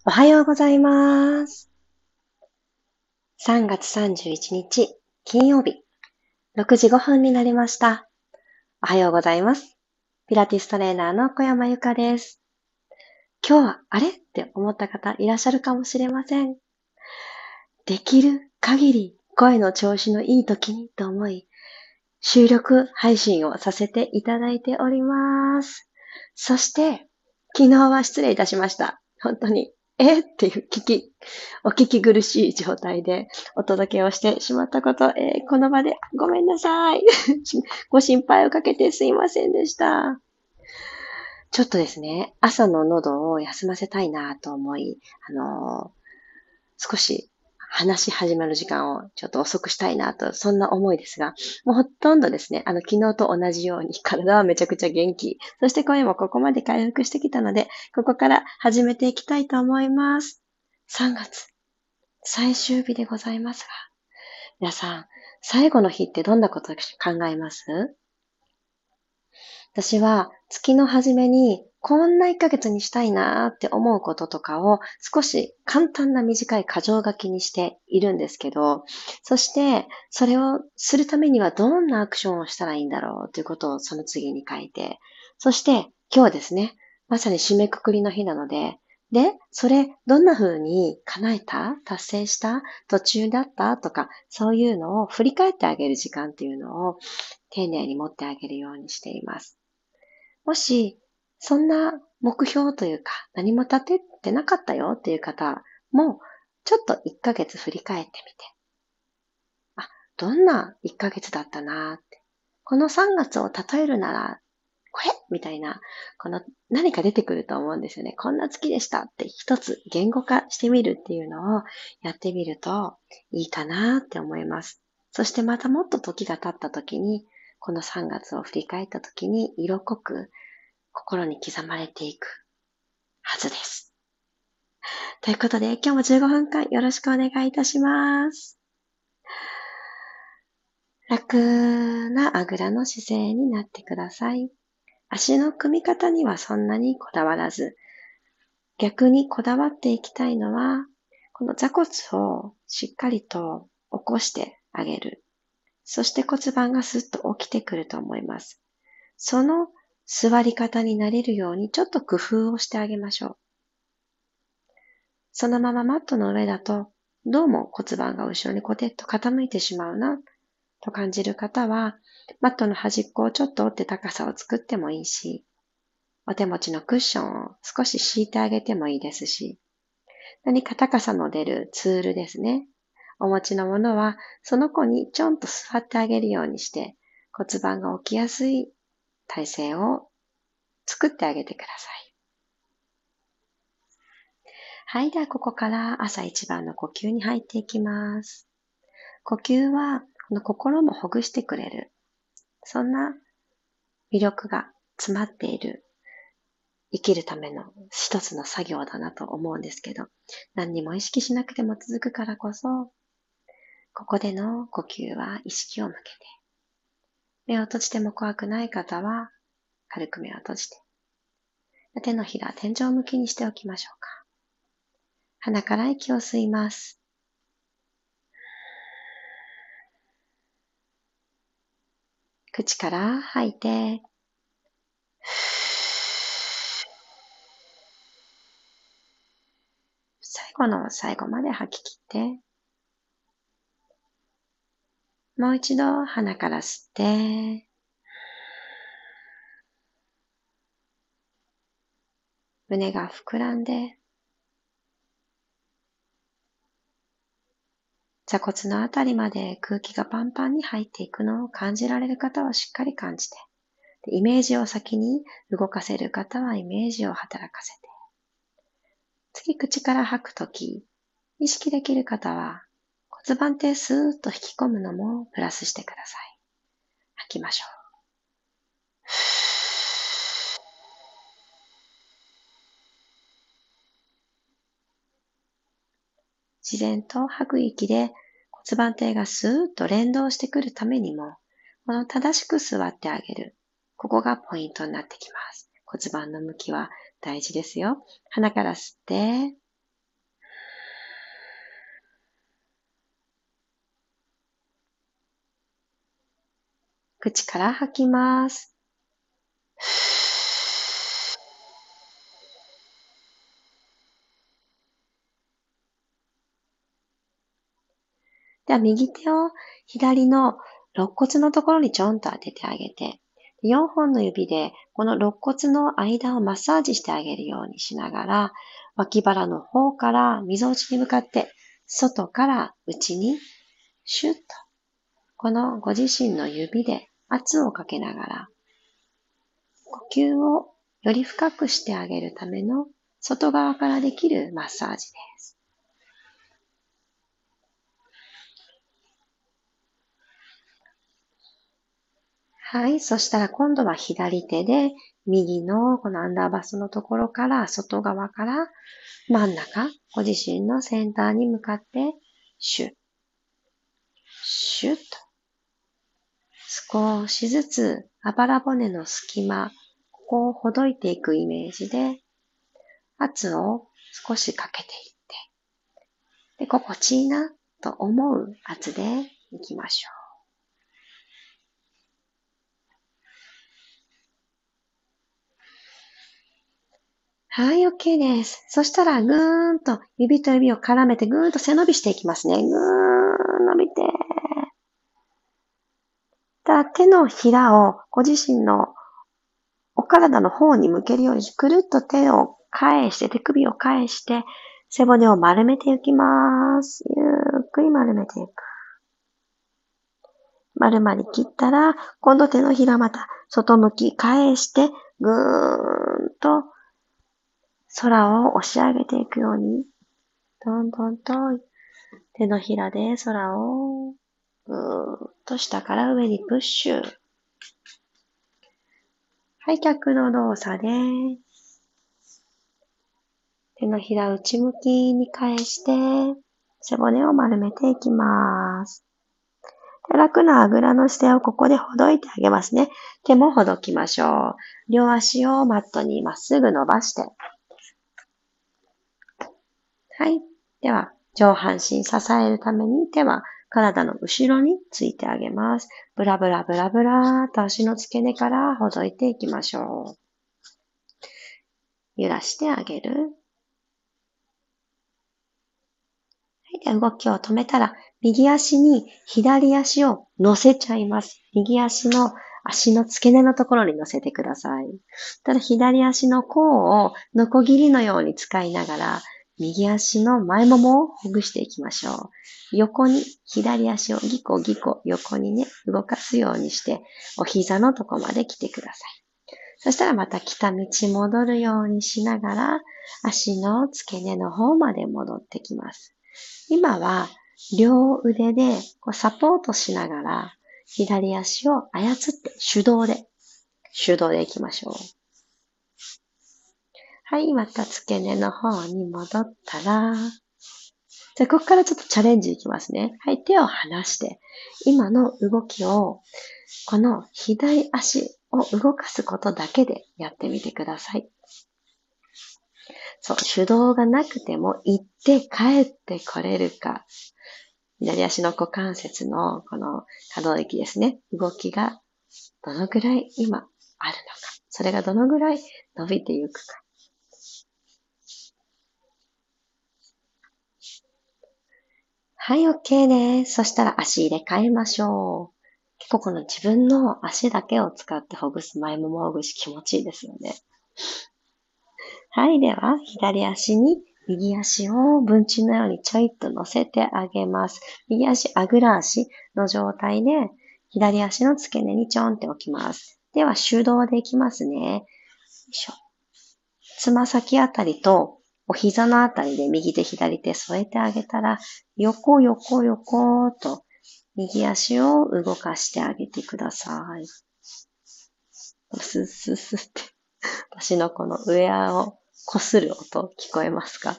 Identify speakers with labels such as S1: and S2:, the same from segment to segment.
S1: おはようございます。3月31日、金曜日、6時5分になりました。おはようございます。ピラティストレーナーの小山由かです。今日はあれって思った方いらっしゃるかもしれません。できる限り声の調子のいい時にと思い、収録配信をさせていただいております。そして、昨日は失礼いたしました。本当に、っていうお聞き苦しい状態でお届けをしてしまったこと、この場でごめんなさい。ご心配をかけてすいませんでした。ちょっとですね、朝の喉を休ませたいなと思い、少し話し始める時間をちょっと遅くしたいなと、そんな思いですが、もうほとんどですね、昨日と同じように体はめちゃくちゃ元気。そして声もここまで回復してきたので、ここから始めていきたいと思います。3月、最終日でございますが、皆さん、最後の日ってどんなことを考えます？私は月の初めにこんな1ヶ月にしたいなーって思うこととかを少し簡単な短い箇条書きにしているんですけど、そしてそれをするためにはどんなアクションをしたらいいんだろうということをその次に書いて、そして今日ですね、まさに締めくくりの日なので、それどんな風に叶えた達成した途中だったとか、そういうのを振り返ってあげる時間っていうのを丁寧に持ってあげるようにしています。もし、そんな目標というか、何も立ててなかったよっていう方も、ちょっと1ヶ月振り返ってみて、あ、どんな1ヶ月だったなーって。この3月を例えるなら、これみたいな、この何か出てくると思うんですよね。こんな月でしたって一つ言語化してみるっていうのをやってみるといいかなって思います。そしてまたもっと時が経った時に、この3月を振り返った時に色濃く心に刻まれていくはずです。ということで、今日も15分間よろしくお願いいたします。楽なあぐらの姿勢になってください。足の組み方にはそんなにこだわらず、逆にこだわっていきたいのは、この座骨をしっかりと起こしてあげる。そして骨盤がスッと起きてくると思います。その座り方になれるようにちょっと工夫をしてあげましょう。そのままマットの上だと、どうも骨盤が後ろにコテッと傾いてしまうな、と感じる方は、マットの端っこをちょっと折って高さを作ってもいいし、お手持ちのクッションを少し敷いてあげてもいいですし、何か高さの出るツールですね。お持ちのものは、その子にちょんと座ってあげるようにして、骨盤が起きやすい体勢を作ってあげてください。はい、ではここから朝一番の呼吸に入っていきます。呼吸は、この心もほぐしてくれる。そんな魅力が詰まっている生きるための一つの作業だなと思うんですけど、何にも意識しなくても続くからこそ、ここでの呼吸は意識を向けて、目を閉じても怖くない方は、軽く目を閉じて、手のひら天井向きにしておきましょうか。鼻から息を吸います。口から吐いて、最後の最後まで吐き切って、もう一度鼻から吸って、胸が膨らんで、座骨のあたりまで空気がパンパンに入っていくのを感じられる方はしっかり感じて、イメージを先に動かせる方はイメージを働かせて、次口から吐くとき、意識できる方は骨盤底スーッと引き込むのもプラスしてください。吐きましょう。自然と吐く息で骨盤底がスーッと連動してくるためにも、この正しく座ってあげる。ここがポイントになってきます。骨盤の向きは大事ですよ。鼻から吸って、 口から吐きます。では、右手を左の肋骨のところにちょんと当ててあげて、4本の指でこの肋骨の間をマッサージしてあげるようにしながら、脇腹の方から溝落ちに向かって、外から内にシュッと、このご自身の指で圧をかけながら、呼吸をより深くしてあげるための外側からできるマッサージです。はい。そしたら今度は左手で右のこのアンダーバストのところから外側から真ん中、ご自身のセンターに向かってシュッ、シュッと少しずつあばら骨の隙間、ここをほどいていくイメージで圧を少しかけていって、で、心地いいなと思う圧でいきましょう。はい、OK です。そしたら、ぐーんと指と指を絡めてぐーんと背伸びしていきますね。ぐーん、伸びて。手のひらをご自身のお体の方に向けるようにくるっと手を返して、手首を返して、背骨を丸めていきます。ゆっくり丸めていく。丸まり切ったら、今度手のひらまた外向き返して、ぐーんと空を押し上げていくように、どんどんと手のひらで空をぐーっと下から上にプッシュ。はい、逆の動作で、手のひら内向きに返して、背骨を丸めていきます。楽なあぐらの姿勢をここでほどいてあげますね。手もほどきましょう。両足をマットにまっすぐ伸ばして。はい。では、上半身支えるために手は体の後ろについてあげます。ブラブラブラブラと足の付け根からほどいていきましょう。揺らしてあげる。はい。で、動きを止めたら、右足に左足を乗せちゃいます。右足の足の付け根のところに乗せてください。ただ左足の甲をノコギリのように使いながら、右足の前ももをほぐしていきましょう。横に左足をギコギコ横にね、動かすようにして、お膝のとこまで来てください。そしたらまた来た道戻るようにしながら、足の付け根の方まで戻ってきます。今は両腕でサポートしながら左足を操って手動で行きましょう。はい、また付け根の方に戻ったら、じゃあここからちょっとチャレンジいきますね。はい、手を離して、今の動きをこの左足を動かすことだけでやってみてください。そう、手動がなくても行って帰ってこれるか。左足の股関節のこの可動域ですね。動きがどのぐらい今あるのか。それがどのぐらい伸びていくか。はい、OK です。そしたら足入れ替えましょう。結構この自分の足だけを使ってほぐす前ももほぐし気持ちいいですよね。はい、では左足に右足を文鎮のようにちょいっと乗せてあげます。右足、あぐら足の状態で左足の付け根にちょんって置きます。では手動でいきますね。よいしょ。つま先あたりとお膝のあたりで右手左手添えてあげたら、横横横と右足を動かしてあげてください。スッスッスッって私のこのウェアを擦る音聞こえますか？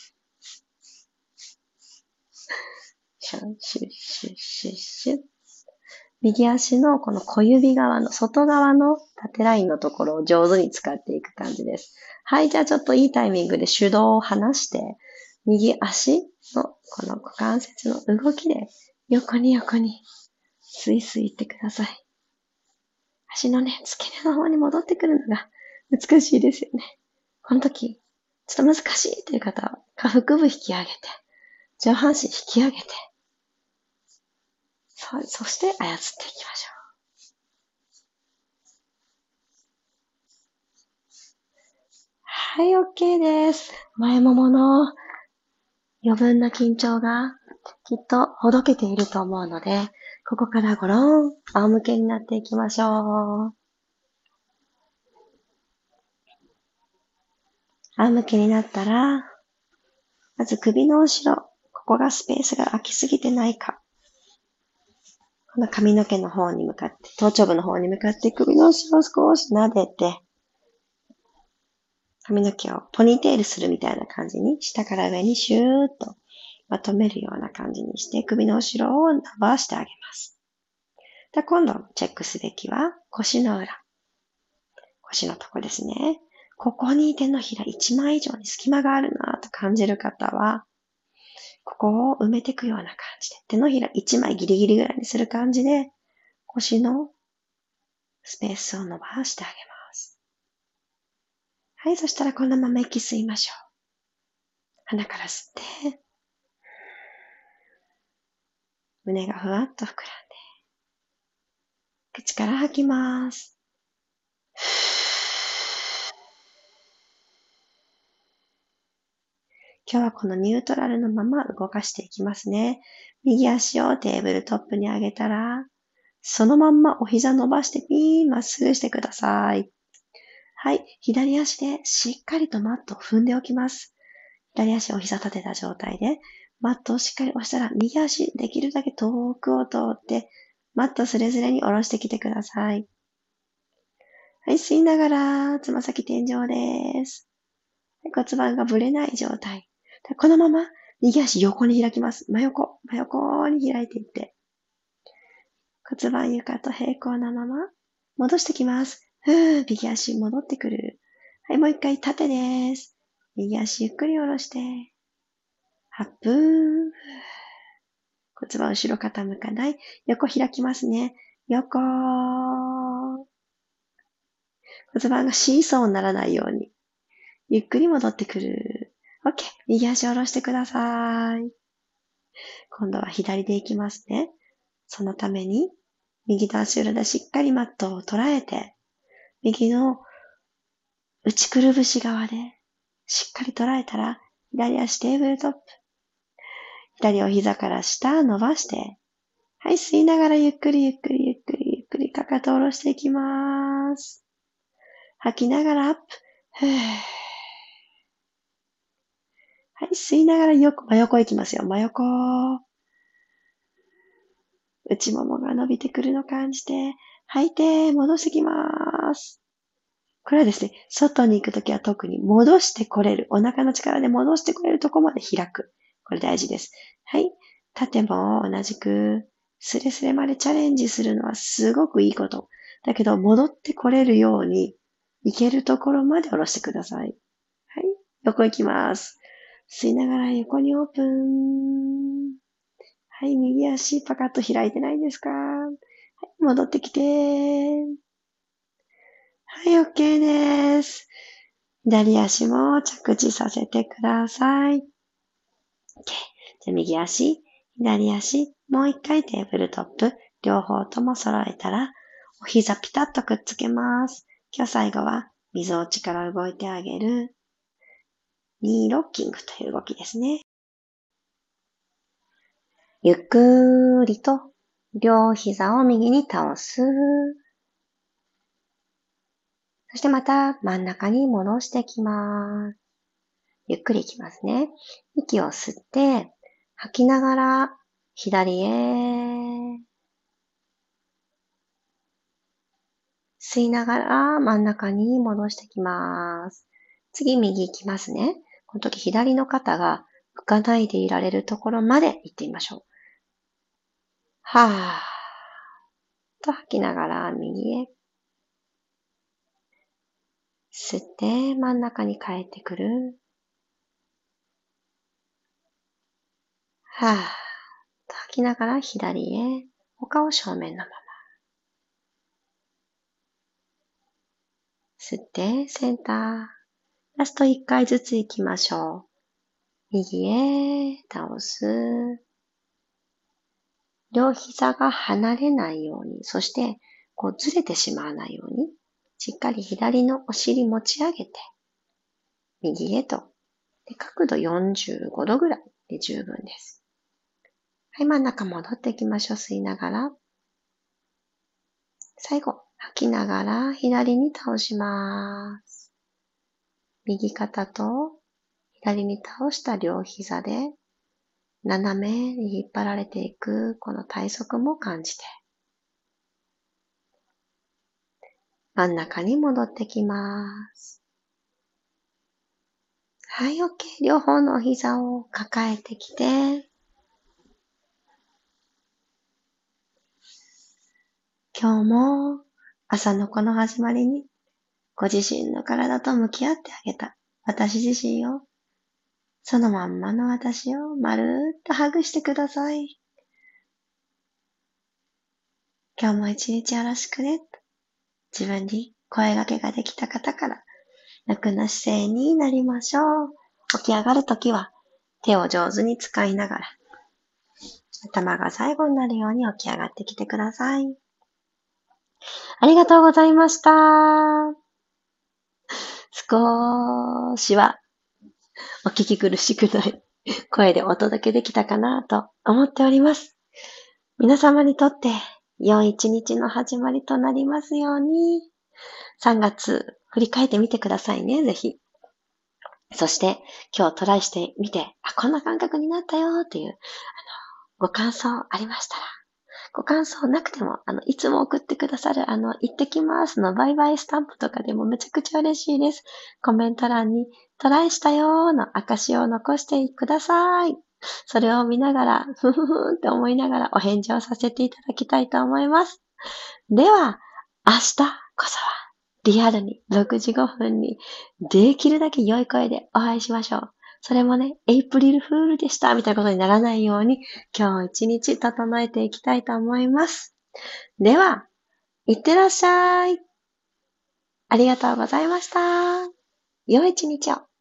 S1: シュッシュッシュッシュッシュッ。右足のこの小指側の外側の縦ラインのところを上手に使っていく感じです。はい、じゃあちょっといいタイミングで手動を離して、右足のこの股関節の動きで横に横にスイスイいってください。 足のね、付け根の方に戻ってくるのが美しいですよね。この時、ちょっと難しいという方は、下腹部引き上げて、上半身引き上げて、そして操っていきましょう。はい、OK です。前ももの余分な緊張がきっとほどけていると思うので、ここからごろん仰向けになっていきましょう。仰向けになったら、まず首の後ろ、ここがスペースが空きすぎてないか。この髪の毛の方に向かって、頭頂部の方に向かって首の後ろを少し撫でて、髪の毛をポニーテールするみたいな感じに、下から上にシューッとまとめるような感じにして、首の後ろを伸ばしてあげます。で、今度チェックすべきは腰の裏。腰のとこですね。ここに手のひら1枚以上に隙間があるなと感じる方は、ここを埋めていくような感じで、手のひら1枚ギリギリぐらいにする感じで、腰のスペースを伸ばしてあげます。はい、そしたらこのまま息吸いましょう。鼻から吸って、胸がふわっと膨らんで、口から吐きます。今日はこのニュートラルのまま動かしていきますね。右足をテーブルトップに上げたら、そのまんまお膝伸ばしてピーンまっすぐしてください。はい。左足でしっかりとマットを踏んでおきます。左足を膝立てた状態で、マットをしっかり押したら、右足できるだけ遠くを通って、マットスレスレに下ろしてきてください。はい。吸いながら、つま先天井です。骨盤がぶれない状態。このまま、右足横に開きます。真横に開いていって、骨盤床と平行なまま、戻してきます。右足戻ってくる。はい、もう一回縦です。右足ゆっくり下ろして、アップ。骨盤後ろ傾かない。横開きますね。横。骨盤がシーソーにならないように。ゆっくり戻ってくる。OK。右足下ろしてください。今度は左で行きますね。そのために、右と足裏でしっかりマットを捉えて、右の内くるぶし側でしっかり捉えたら、左足テーブルトップ。左お膝から下伸ばして、はい、吸いながらゆっくりかかと下ろしていきます。吐きながらアップ。はい、吸いながら真横行きますよ。真横。内ももが伸びてくるのを感じて、吐いて、戻してきます。これはですね、外に行くときは特に戻してこれる。お腹の力で戻してこれるとこまで開く。これ大事です。はい。縦も同じく、スレスレまでチャレンジするのはすごくいいこと。だけど、戻ってこれるように、行けるところまで下ろしてください。はい。横行きます。吸いながら横にオープン。はい。右足パカッと開いてないですか？はい。戻ってきて。はい、OK です。左足も着地させてください。OK。じゃあ右足、左足、もう一回テーブルトップ、両方とも揃えたら、お膝ピタッとくっつけます。今日最後は、溝落ちから動いてあげる、ニーロッキングという動きですね。ゆっくりと、両膝を右に倒す。そしてまた真ん中に戻してきます。ゆっくりいきますね。息を吸って、吐きながら左へ。吸いながら真ん中に戻してきます。次右行きますね。この時左の肩が浮かないでいられるところまで行ってみましょう。はーっと吐きながら右へ。吸って真ん中に帰ってくる。はーっと吐きながら左へ。他を正面のまま。 吸って、センター。ラスト1回ずつ行きましょう。右へ倒す。両膝が離れないように、そしてずれてしまわないように、しっかり左のお尻持ち上げて、右へと。で角度45度ぐらいで十分です。はい、真ん中戻っていきましょう。吸いながら。最後、吐きながら左に倒します。右肩と左に倒した両膝で斜めに引っ張られていくこの体側も感じて。真ん中に戻ってきます。はい、OK。両方の膝を抱えてきて、今日も朝のこの始まりにご自身の体と向き合ってあげた私自身を、そのまんまの私をまるーっとハグしてください。今日も一日よろしくね。自分に声掛けができた方から楽な姿勢になりましょう。起き上がるときは手を上手に使いながら頭が最後になるように起き上がってきてください。ありがとうございました。少しはお聞き苦しくない声でお届けできたかなと思っております。皆様にとって良い一日の始まりとなりますように。3月振り返ってみてくださいね、ぜひ。そして今日トライしてみて、こんな感覚になったよっていうご感想ありましたら、ご感想なくても、いつも送ってくださる、行ってきますのバイバイスタンプとかでもめちゃくちゃ嬉しいです。コメント欄にトライしたよーの証を残してください。それを見ながら、ふふふって思いながらお返事をさせていただきたいと思います。では、明日こそはリアルに6時5分にできるだけ良い声でお会いしましょう。それもね、エイプリルフールでしたみたいなことにならないように今日一日整えていきたいと思います。では、いってらっしゃい。ありがとうございました。良い一日を。